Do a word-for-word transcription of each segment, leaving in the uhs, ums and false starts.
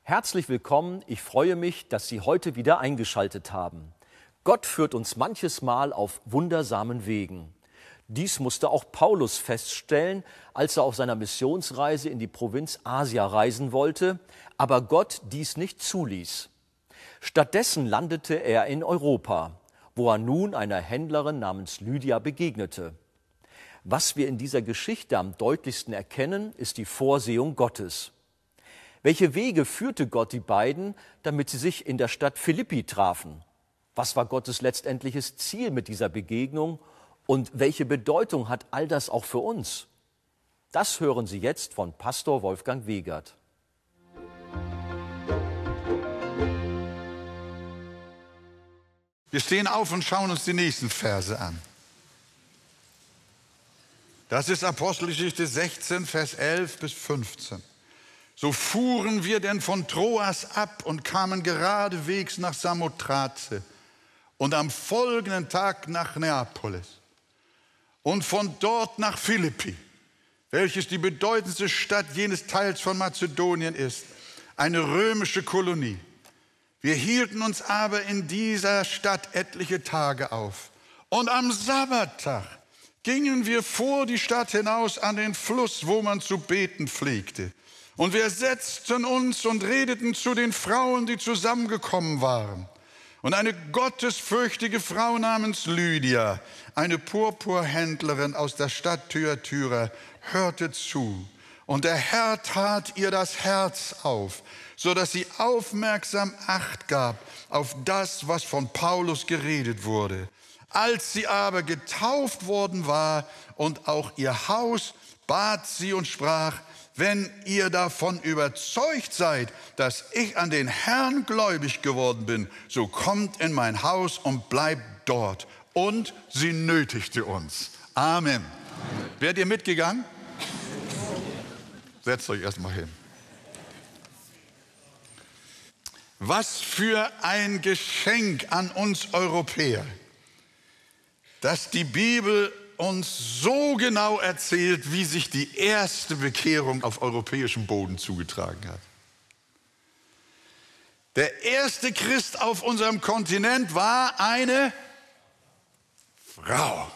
Herzlich willkommen, ich freue mich, dass Sie heute wieder eingeschaltet haben. Gott führt uns manches Mal auf wundersamen Wegen. Dies musste auch Paulus feststellen, als er auf seiner Missionsreise in die Provinz Asia reisen wollte, aber Gott dies nicht zuließ. Stattdessen landete er in Europa, wo er nun einer Händlerin namens Lydia begegnete. Was wir in dieser Geschichte am deutlichsten erkennen, ist die Vorsehung Gottes. Welche Wege führte Gott die beiden, damit sie sich in der Stadt Philippi trafen? Was war Gottes letztendliches Ziel mit dieser Begegnung und welche Bedeutung hat all das auch für uns? Das hören Sie jetzt von Pastor Wolfgang Wegert. Wir stehen auf und schauen uns die nächsten Verse an. Das ist Apostelgeschichte sechzehn, Vers elf bis fünfzehn. So fuhren wir denn von Troas ab und kamen geradewegs nach Samothrace und am folgenden Tag nach Neapolis und von dort nach Philippi, welches die bedeutendste Stadt jenes Teils von Mazedonien ist, eine römische Kolonie. Wir hielten uns aber in dieser Stadt etliche Tage auf. Und am Sabbattag gingen wir vor die Stadt hinaus an den Fluss, wo man zu beten pflegte. Und wir setzten uns und redeten zu den Frauen, die zusammengekommen waren. Und eine gottesfürchtige Frau namens Lydia, eine Purpurhändlerin aus der Stadt Thyatira, hörte zu. Und der Herr tat ihr das Herz auf, so dass sie aufmerksam Acht gab auf das, was von Paulus geredet wurde. Als sie aber getauft worden war und auch ihr Haus, bat sie und sprach: Wenn ihr davon überzeugt seid, dass ich an den Herrn gläubig geworden bin, so kommt in mein Haus und bleibt dort. Und sie nötigte uns. Amen. Amen. Werdet ihr mitgegangen? Setzt euch erstmal hin. Was für ein Geschenk an uns Europäer, dass die Bibel uns so genau erzählt, wie sich die erste Bekehrung auf europäischem Boden zugetragen hat. Der erste Christ auf unserem Kontinent war eine Frau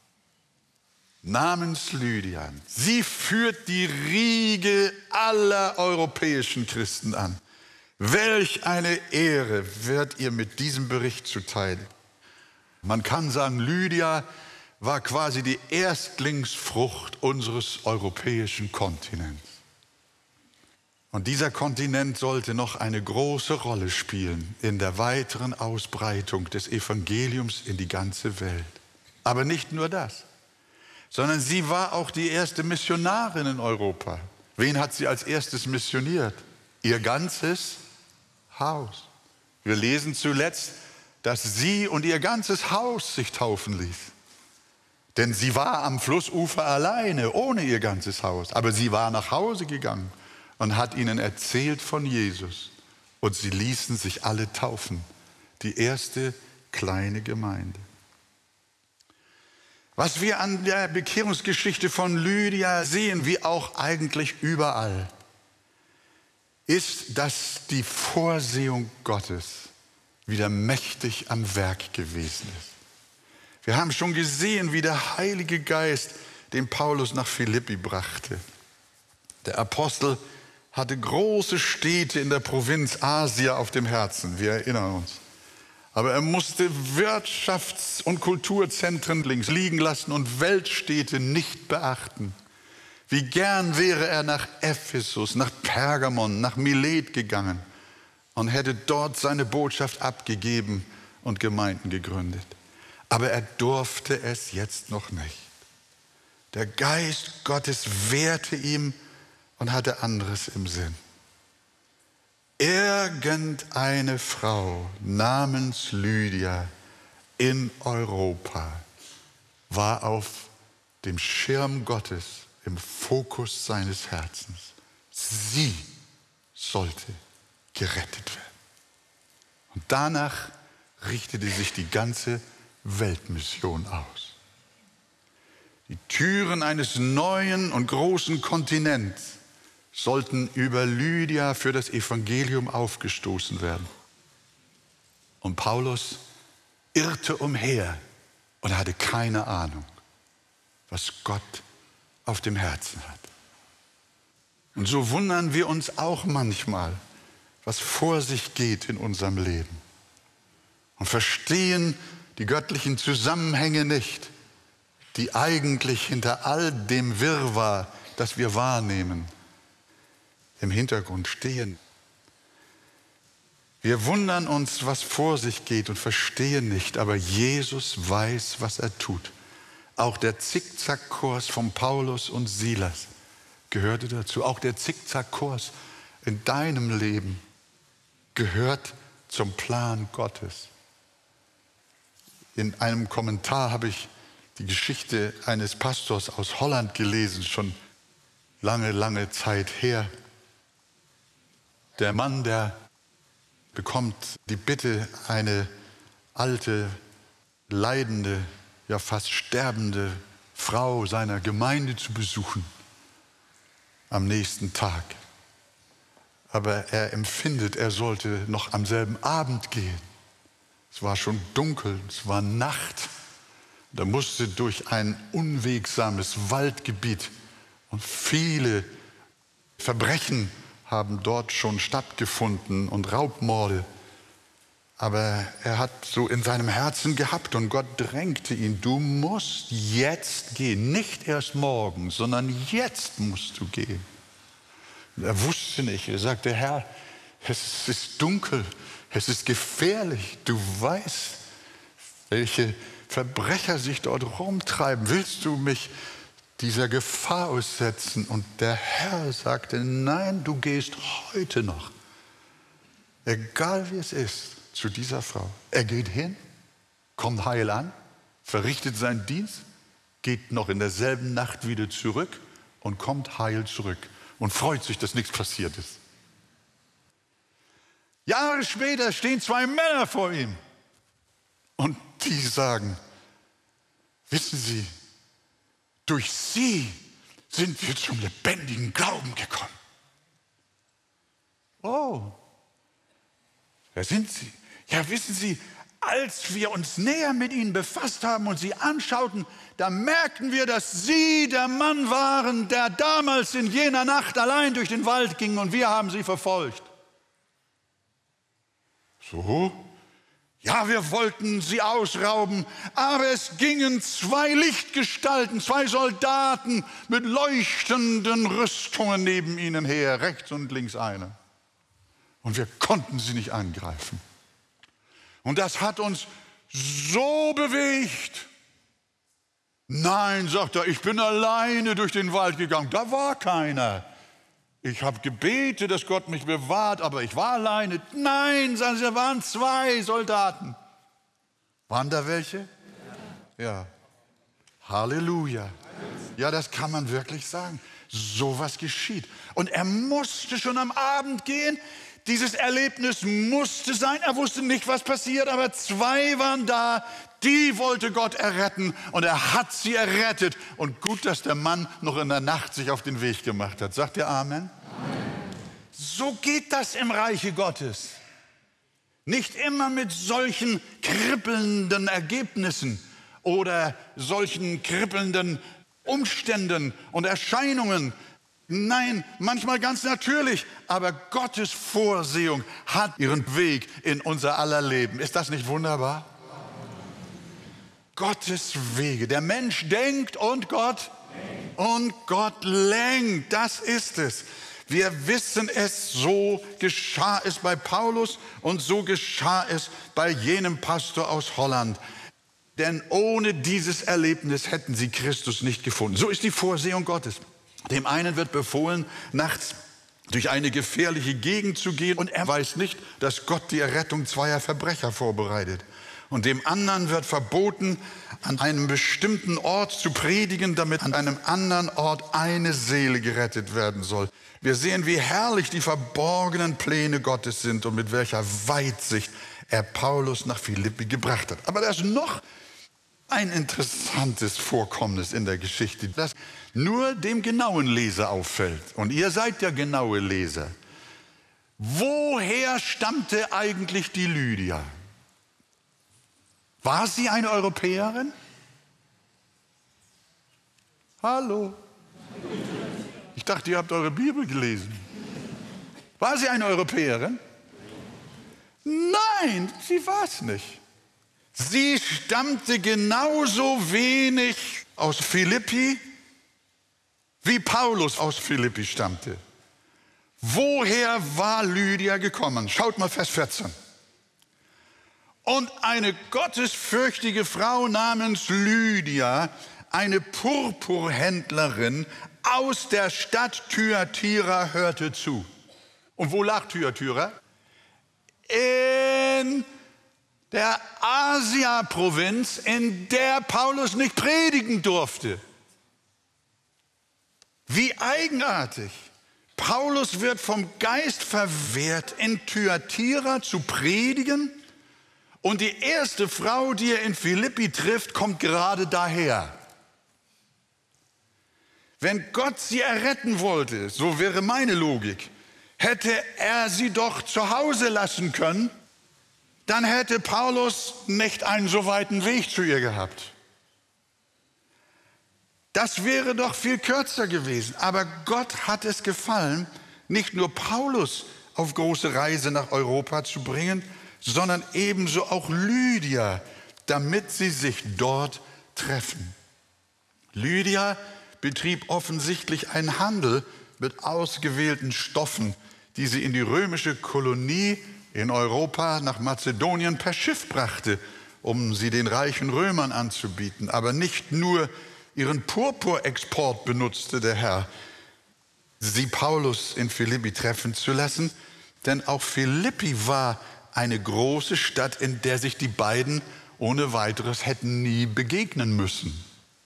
namens Lydia. Sie führt die Riege aller europäischen Christen an. Welch eine Ehre wird ihr mit diesem Bericht zuteil. Man kann sagen, Lydia war quasi die Erstlingsfrucht unseres europäischen Kontinents. Und dieser Kontinent sollte noch eine große Rolle spielen in der weiteren Ausbreitung des Evangeliums in die ganze Welt. Aber nicht nur das, sondern sie war auch die erste Missionarin in Europa. Wen hat sie als erstes missioniert? Ihr ganzes Haus. Wir lesen zuletzt, dass sie und ihr ganzes Haus sich taufen ließ. Denn sie war am Flussufer alleine, ohne ihr ganzes Haus. Aber sie war nach Hause gegangen und hat ihnen erzählt von Jesus. Und sie ließen sich alle taufen. Die erste kleine Gemeinde. Was wir an der Bekehrungsgeschichte von Lydia sehen, wie auch eigentlich überall, ist, dass die Vorsehung Gottes wieder mächtig am Werk gewesen ist. Wir haben schon gesehen, wie der Heilige Geist den Paulus nach Philippi brachte. Der Apostel hatte große Städte in der Provinz Asia auf dem Herzen, wir erinnern uns. Aber er musste Wirtschafts- und Kulturzentren links liegen lassen und Weltstädte nicht beachten. Wie gern wäre er nach Ephesus, nach Pergamon, nach Milet gegangen und hätte dort seine Botschaft abgegeben und Gemeinden gegründet. Aber er durfte es jetzt noch nicht. Der Geist Gottes wehrte ihm und hatte anderes im Sinn. Irgendeine Frau namens Lydia in Europa war auf dem Schirm Gottes im Fokus seines Herzens. Sie sollte gerettet werden. Und danach richtete sich die ganze Weltmission aus. Die Türen eines neuen und großen Kontinents sollten über Lydia für das Evangelium aufgestoßen werden. Und Paulus irrte umher und hatte keine Ahnung, was Gott auf dem Herzen hat. Und so wundern wir uns auch manchmal, was vor sich geht in unserem Leben und verstehen die göttlichen Zusammenhänge nicht, die eigentlich hinter all dem Wirrwarr, das wir wahrnehmen, im Hintergrund stehen. Wir wundern uns, was vor sich geht und verstehen nicht, aber Jesus weiß, was er tut. Auch der Zickzackkurs von Paulus und Silas gehörte dazu. Auch der Zickzackkurs in deinem Leben gehört zum Plan Gottes. In einem Kommentar habe ich die Geschichte eines Pastors aus Holland gelesen, schon lange, lange Zeit her. Der Mann, der bekommt die Bitte, eine alte, leidende, ja fast sterbende Frau seiner Gemeinde zu besuchen am nächsten Tag. Aber er empfindet, er sollte noch am selben Abend gehen. Es war schon dunkel, es war Nacht. Da musste durch ein unwegsames Waldgebiet und viele Verbrechen haben dort schon stattgefunden und Raubmorde. Aber er hat so in seinem Herzen gehabt und Gott drängte ihn, du musst jetzt gehen, nicht erst morgen, sondern jetzt musst du gehen. Und er wusste nicht, er sagte, Herr, es ist dunkel, es ist gefährlich, du weißt, welche Verbrecher sich dort rumtreiben. Willst du mich dieser Gefahr aussetzen? Und der Herr sagte, nein, du gehst heute noch, egal wie es ist, zu dieser Frau. Er geht hin, kommt heil an, verrichtet seinen Dienst, geht noch in derselben Nacht wieder zurück und kommt heil zurück und freut sich, dass nichts passiert ist. Jahre später stehen zwei Männer vor ihm und die sagen, wissen Sie, durch Sie sind wir zum lebendigen Glauben gekommen. Oh, wer sind Sie? Ja, wissen Sie, als wir uns näher mit Ihnen befasst haben und Sie anschauten, da merkten wir, dass Sie der Mann waren, der damals in jener Nacht allein durch den Wald ging und wir haben Sie verfolgt. So? Ja, wir wollten sie ausrauben, aber es gingen zwei Lichtgestalten, zwei Soldaten mit leuchtenden Rüstungen neben ihnen her, rechts und links einer. Und wir konnten sie nicht angreifen. Und das hat uns so bewegt. Nein, sagt er, ich bin alleine durch den Wald gegangen, da war keiner. Ich habe gebetet, dass Gott mich bewahrt, aber ich war alleine. Nein, sagen sie, da waren zwei Soldaten. Waren da welche? Ja. Ja. Halleluja. Ja, das kann man wirklich sagen. So was geschieht. Und er musste schon am Abend gehen. Dieses Erlebnis musste sein. Er wusste nicht, was passiert, aber zwei waren da. Die wollte Gott erretten und er hat sie errettet. Und gut, dass der Mann noch in der Nacht sich auf den Weg gemacht hat. Sagt ihr Amen? Amen. So geht das im Reiche Gottes. Nicht immer mit solchen kribbelnden Ergebnissen oder solchen kribbelnden Umständen und Erscheinungen. Nein, manchmal ganz natürlich, aber Gottes Vorsehung hat ihren Weg in unser aller Leben. Ist das nicht wunderbar? Gottes Wege. Der Mensch denkt und Gott und Gott lenkt. Das ist es. Wir wissen es, so geschah es bei Paulus und so geschah es bei jenem Pastor aus Holland. Denn ohne dieses Erlebnis hätten sie Christus nicht gefunden. So ist die Vorsehung Gottes. Dem einen wird befohlen, nachts durch eine gefährliche Gegend zu gehen und er weiß nicht, dass Gott die Errettung zweier Verbrecher vorbereitet. Und dem anderen wird verboten, an einem bestimmten Ort zu predigen, damit an einem anderen Ort eine Seele gerettet werden soll. Wir sehen, wie herrlich die verborgenen Pläne Gottes sind und mit welcher Weitsicht er Paulus nach Philippi gebracht hat. Aber da ist noch Ein interessantes Vorkommnis in der Geschichte, das nur dem genauen Leser auffällt. Und ihr seid ja genaue Leser. Woher stammte eigentlich die Lydia? War sie eine Europäerin? Hallo? Ich dachte, ihr habt eure Bibel gelesen. War sie eine Europäerin? Nein, sie war es nicht. Sie stammte genauso wenig aus Philippi, wie Paulus aus Philippi stammte. Woher war Lydia gekommen? Schaut mal Vers vierzehn. Und eine gottesfürchtige Frau namens Lydia, eine Purpurhändlerin aus der Stadt Thyatira, hörte zu. Und wo lag Thyatira? In der Asia-Provinz, in der Paulus nicht predigen durfte. Wie eigenartig. Paulus wird vom Geist verwehrt, in Thyatira zu predigen. Und die erste Frau, die er in Philippi trifft, kommt gerade daher. Wenn Gott sie erretten wollte, so wäre meine Logik, hätte er sie doch zu Hause lassen können, dann hätte Paulus nicht einen so weiten Weg zu ihr gehabt. Das wäre doch viel kürzer gewesen. Aber Gott hat es gefallen, nicht nur Paulus auf große Reise nach Europa zu bringen, sondern ebenso auch Lydia, damit sie sich dort treffen. Lydia betrieb offensichtlich einen Handel mit ausgewählten Stoffen, die sie in die römische Kolonie in Europa nach Mazedonien per Schiff brachte, um sie den reichen Römern anzubieten. Aber nicht nur ihren Purpurexport benutzte der Herr, sie Paulus in Philippi treffen zu lassen, denn auch Philippi war eine große Stadt, in der sich die beiden ohne weiteres hätten nie begegnen müssen.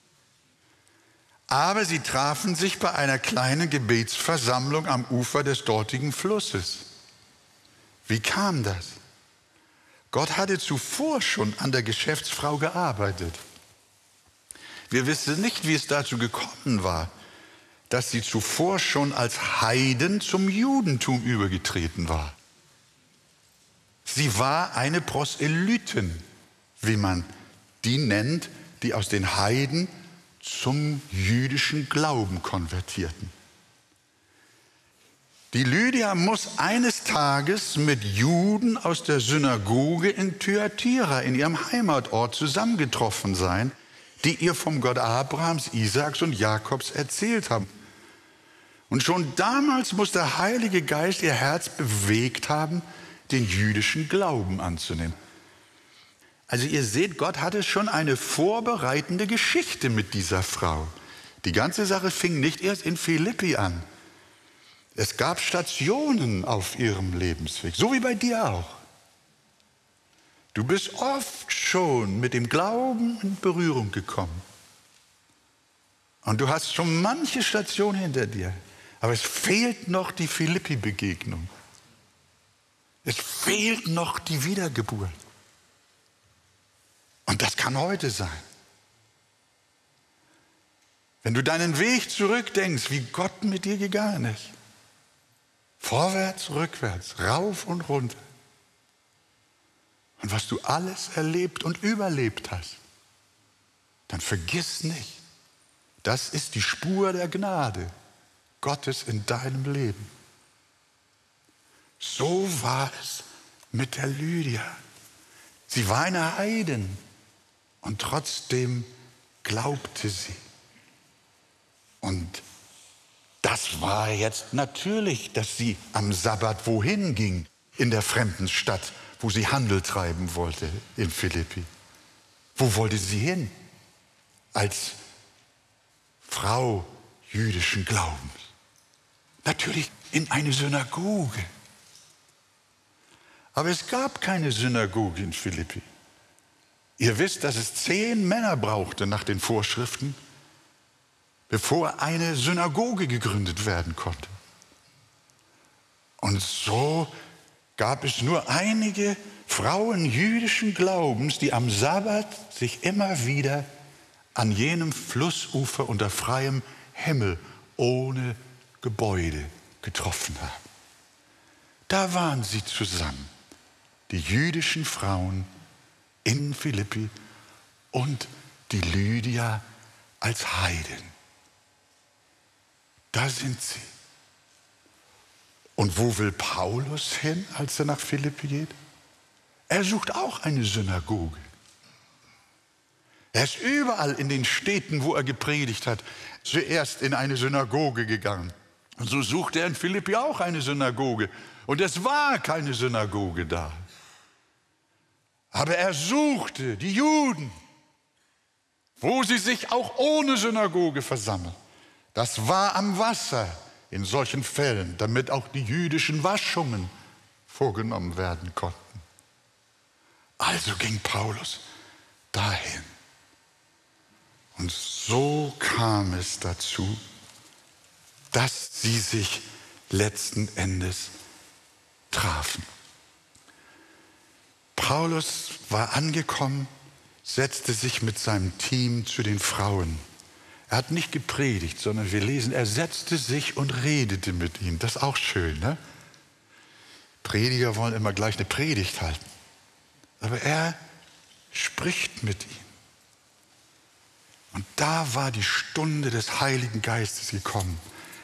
Aber sie trafen sich bei einer kleinen Gebetsversammlung am Ufer des dortigen Flusses. Wie kam das? Gott hatte zuvor schon an der Geschäftsfrau gearbeitet. Wir wissen nicht, wie es dazu gekommen war, dass sie zuvor schon als Heiden zum Judentum übergetreten war. Sie war eine Proselytin, wie man die nennt, die aus den Heiden zum jüdischen Glauben konvertierten. Die Lydia muss eines Tages mit Juden aus der Synagoge in Thyatira, in ihrem Heimatort, zusammengetroffen sein, die ihr vom Gott Abrahams, Isaaks und Jakobs erzählt haben. Und schon damals muss der Heilige Geist ihr Herz bewegt haben, den jüdischen Glauben anzunehmen. Also ihr seht, Gott hatte schon eine vorbereitende Geschichte mit dieser Frau. Die ganze Sache fing nicht erst in Philippi an. Es gab Stationen auf ihrem Lebensweg, so wie bei dir auch. Du bist oft schon mit dem Glauben in Berührung gekommen. Und du hast schon manche Station hinter dir. Aber es fehlt noch die Philippi-Begegnung. Es fehlt noch die Wiedergeburt. Und das kann heute sein. Wenn du deinen Weg zurückdenkst, wie Gott mit dir gegangen ist. Vorwärts, rückwärts, rauf und runter. Und was du alles erlebt und überlebt hast, dann vergiss nicht, das ist die Spur der Gnade Gottes in deinem Leben. So war es mit der Lydia. Sie war eine Heidin und trotzdem glaubte sie. Und das war jetzt natürlich, dass sie am Sabbat wohin ging, in der fremden Stadt, wo sie Handel treiben wollte, in Philippi. Wo wollte sie hin? Als Frau jüdischen Glaubens. Natürlich in eine Synagoge. Aber es gab keine Synagoge in Philippi. Ihr wisst, dass es zehn Männer brauchte nach den Vorschriften, bevor eine Synagoge gegründet werden konnte. Und so gab es nur einige Frauen jüdischen Glaubens, die am Sabbat sich immer wieder an jenem Flussufer unter freiem Himmel ohne Gebäude getroffen haben. Da waren sie zusammen, die jüdischen Frauen in Philippi und die Lydia als Heidin. Da sind sie. Und wo will Paulus hin, als er nach Philippi geht? Er sucht auch eine Synagoge. Er ist überall in den Städten, wo er gepredigt hat, zuerst in eine Synagoge gegangen. Und so suchte er in Philippi auch eine Synagoge. Und es war keine Synagoge da. Aber er suchte die Juden, wo sie sich auch ohne Synagoge versammeln. Das war am Wasser in solchen Fällen, damit auch die jüdischen Waschungen vorgenommen werden konnten. Also ging Paulus dahin. Und so kam es dazu, dass sie sich letzten Endes trafen. Paulus war angekommen, setzte sich mit seinem Team zu den Frauen. Er hat nicht gepredigt, sondern wir lesen, er setzte sich und redete mit ihnen. Das ist auch schön, ne? Prediger wollen immer gleich eine Predigt halten. Aber er spricht mit ihnen. Und da war die Stunde des Heiligen Geistes gekommen.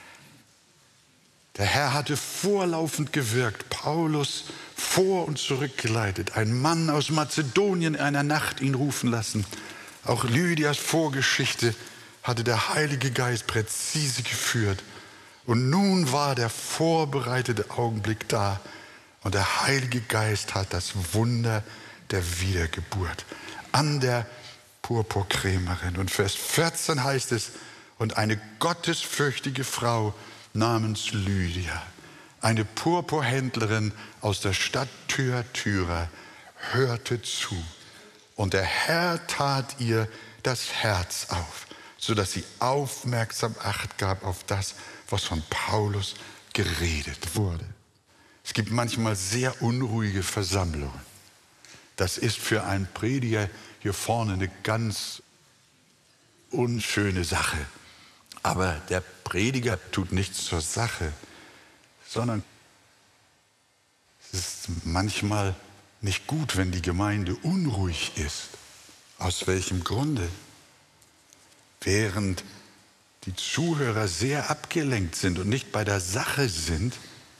Der Herr hatte vorlaufend gewirkt, Paulus vor und zurückgeleitet. Ein Mann aus Mazedonien in einer Nacht ihn rufen lassen. Auch Lydias Vorgeschichte hatte der Heilige Geist präzise geführt. Und nun war der vorbereitete Augenblick da. Und der Heilige Geist hat das Wunder der Wiedergeburt an der Purpurkrämerin. Und Vers vierzehn heißt es, und eine gottesfürchtige Frau namens Lydia, eine Purpurhändlerin aus der Stadt Thyatira, hörte zu. Und der Herr tat ihr das Herz auf, sodass sie aufmerksam Acht gab auf das, was von Paulus geredet wurde. Es gibt manchmal sehr unruhige Versammlungen. Das ist für einen Prediger hier vorne eine ganz unschöne Sache. Aber der Prediger tut nichts zur Sache, sondern es ist manchmal nicht gut, wenn die Gemeinde unruhig ist. Aus welchem Grunde? Während die Zuhörer sehr abgelenkt sind und nicht bei der Sache sind,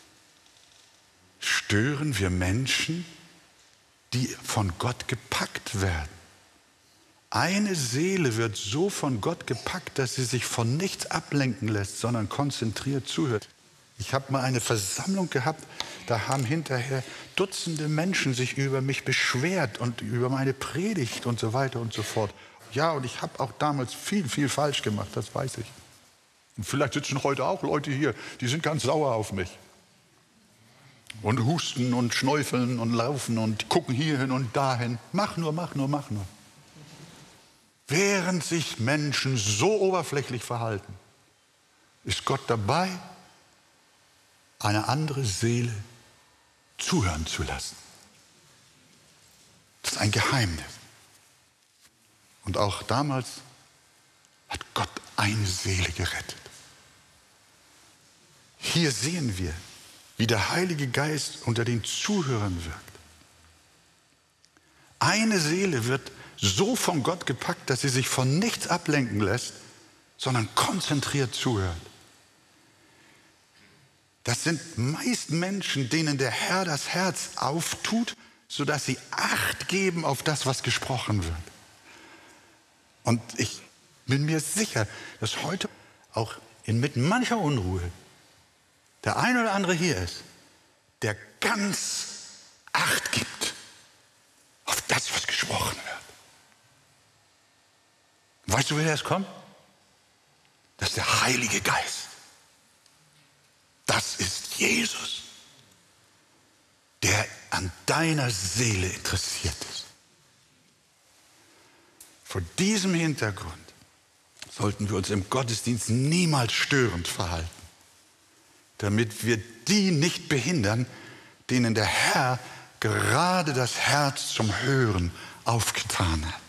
stören wir Menschen, die von Gott gepackt werden. Eine Seele wird so von Gott gepackt, dass sie sich von nichts ablenken lässt, sondern konzentriert zuhört. Ich habe mal eine Versammlung gehabt, da haben hinterher Dutzende Menschen sich über mich beschwert und über meine Predigt und so weiter und so fort. Ja, und ich habe auch damals viel, viel falsch gemacht, das weiß ich. Und vielleicht sitzen heute auch Leute hier, die sind ganz sauer auf mich. Und husten und schnäufeln und laufen und gucken hierhin und dahin. Mach nur, mach nur, mach nur. Während sich Menschen so oberflächlich verhalten, ist Gott dabei, eine andere Seele zuhören zu lassen. Das ist ein Geheimnis. Und auch damals hat Gott eine Seele gerettet. Hier sehen wir, wie der Heilige Geist unter den Zuhörern wirkt. Eine Seele wird so von Gott gepackt, dass sie sich von nichts ablenken lässt, sondern konzentriert zuhört. Das sind meist Menschen, denen der Herr das Herz auftut, sodass sie Acht geben auf das, was gesprochen wird. Und ich bin mir sicher, dass heute auch inmitten mancher Unruhe der ein oder andere hier ist, der ganz Acht gibt auf das, was gesprochen wird. Weißt du, woher das kommt? Das ist der Heilige Geist. Das ist Jesus, der an deiner Seele interessiert ist. Vor diesem Hintergrund sollten wir uns im Gottesdienst niemals störend verhalten, damit wir die nicht behindern, denen der Herr gerade das Herz zum Hören aufgetan hat.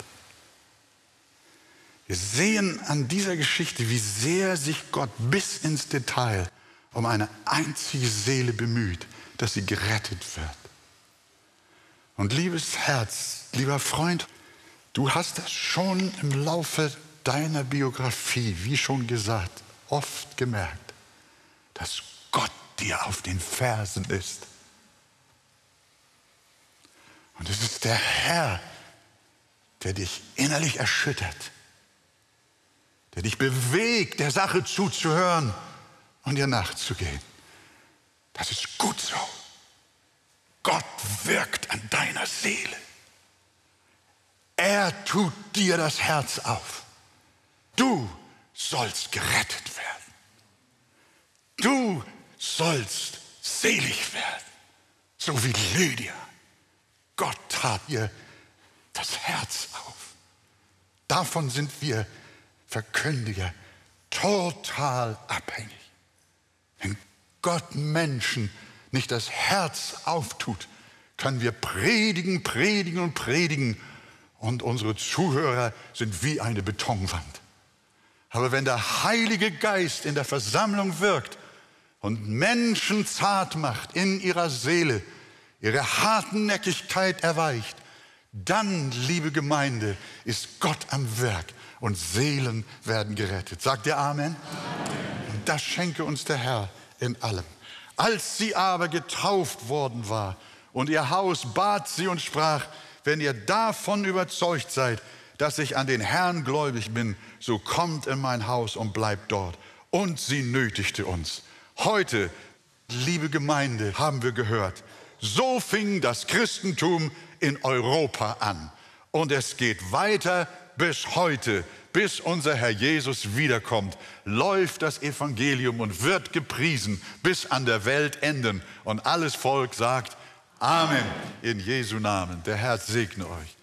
Wir sehen an dieser Geschichte, wie sehr sich Gott bis ins Detail um eine einzige Seele bemüht, dass sie gerettet wird. Und liebes Herz, lieber Freund, du hast das schon im Laufe deiner Biografie, wie schon gesagt, oft gemerkt, dass Gott dir auf den Fersen ist. Und es ist der Herr, der dich innerlich erschüttert, der dich bewegt, der Sache zuzuhören und ihr nachzugehen. Das ist gut so. Gott wirkt an deiner Seele. Er tut dir das Herz auf. Du sollst gerettet werden. Du sollst selig werden, so wie Lydia. Gott tat ihr das Herz auf. Davon sind wir Verkündiger total abhängig. Wenn Gott Menschen nicht das Herz auftut, können wir predigen, predigen und predigen und unsere Zuhörer sind wie eine Betonwand. Aber wenn der Heilige Geist in der Versammlung wirkt und Menschen zart macht in ihrer Seele, ihre Hartnäckigkeit erweicht, dann, liebe Gemeinde, ist Gott am Werk und Seelen werden gerettet. Sagt ihr Amen? Amen. Und das schenke uns der Herr in allem. Als sie aber getauft worden war und ihr Haus bat sie und sprach, wenn ihr davon überzeugt seid, dass ich an den Herrn gläubig bin, so kommt in mein Haus und bleibt dort. Und sie nötigte uns. Heute, liebe Gemeinde, haben wir gehört, so fing das Christentum in Europa an. Und es geht weiter bis heute, bis unser Herr Jesus wiederkommt, läuft das Evangelium und wird gepriesen bis an der Welt enden. Und alles Volk sagt Amen in Jesu Namen. Der Herr segne euch.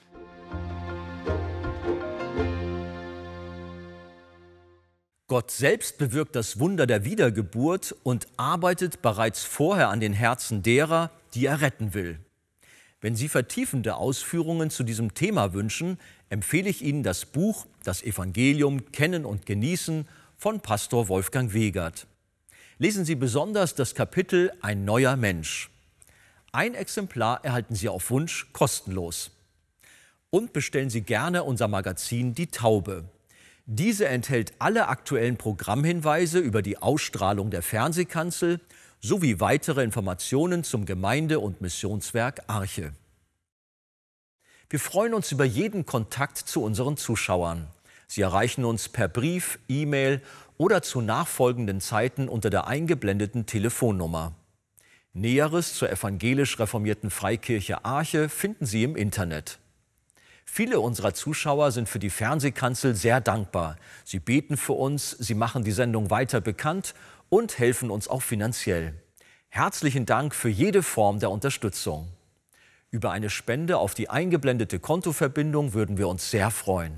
Gott selbst bewirkt das Wunder der Wiedergeburt und arbeitet bereits vorher an den Herzen derer, die er retten will. Wenn Sie vertiefende Ausführungen zu diesem Thema wünschen, empfehle ich Ihnen das Buch Das Evangelium Kennen und Genießen von Pastor Wolfgang Wegert. Lesen Sie besonders das Kapitel Ein neuer Mensch. Ein Exemplar erhalten Sie auf Wunsch kostenlos. Und bestellen Sie gerne unser Magazin Die Taube. Diese enthält alle aktuellen Programmhinweise über die Ausstrahlung der Fernsehkanzel sowie weitere Informationen zum Gemeinde- und Missionswerk Arche. Wir freuen uns über jeden Kontakt zu unseren Zuschauern. Sie erreichen uns per Brief, E-Mail oder zu nachfolgenden Zeiten unter der eingeblendeten Telefonnummer. Näheres zur evangelisch reformierten Freikirche Arche finden Sie im Internet. Viele unserer Zuschauer sind für die Fernsehkanzel sehr dankbar. Sie beten für uns, sie machen die Sendung weiter bekannt und helfen uns auch finanziell. Herzlichen Dank für jede Form der Unterstützung. Über eine Spende auf die eingeblendete Kontoverbindung würden wir uns sehr freuen.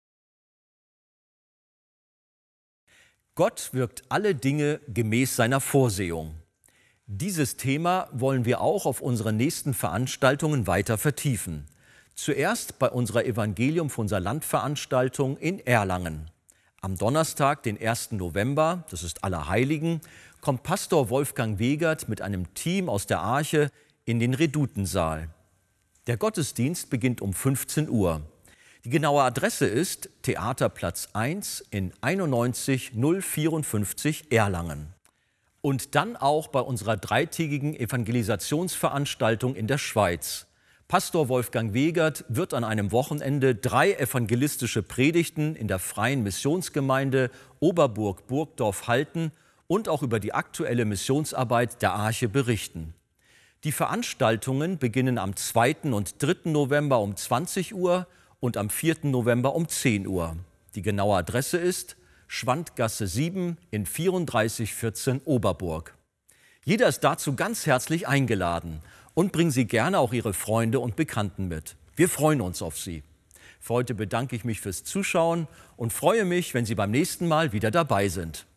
Gott wirkt alle Dinge gemäß seiner Vorsehung. Dieses Thema wollen wir auch auf unseren nächsten Veranstaltungen weiter vertiefen. Zuerst bei unserer Evangelium für unser Land-Veranstaltung in Erlangen. Am Donnerstag, den ersten November, das ist Allerheiligen, kommt Pastor Wolfgang Wegert mit einem Team aus der Arche in den Redutensaal. Der Gottesdienst beginnt um fünfzehn Uhr. Die genaue Adresse ist Theaterplatz eins in einundneunzig null vierundfünfzig Erlangen. Und dann auch bei unserer dreitägigen Evangelisationsveranstaltung in der Schweiz. Pastor Wolfgang Wegert wird an einem Wochenende drei evangelistische Predigten in der Freien Missionsgemeinde Oberburg-Burgdorf halten und auch über die aktuelle Missionsarbeit der Arche berichten. Die Veranstaltungen beginnen am zweiten und dritten November um zwanzig Uhr und am vierten November um zehn Uhr. Die genaue Adresse ist Schwandgasse sieben in vierunddreißig vierzehn Oberburg. Jeder ist dazu ganz herzlich eingeladen und bringen Sie gerne auch Ihre Freunde und Bekannten mit. Wir freuen uns auf Sie. Für heute bedanke ich mich fürs Zuschauen und freue mich, wenn Sie beim nächsten Mal wieder dabei sind.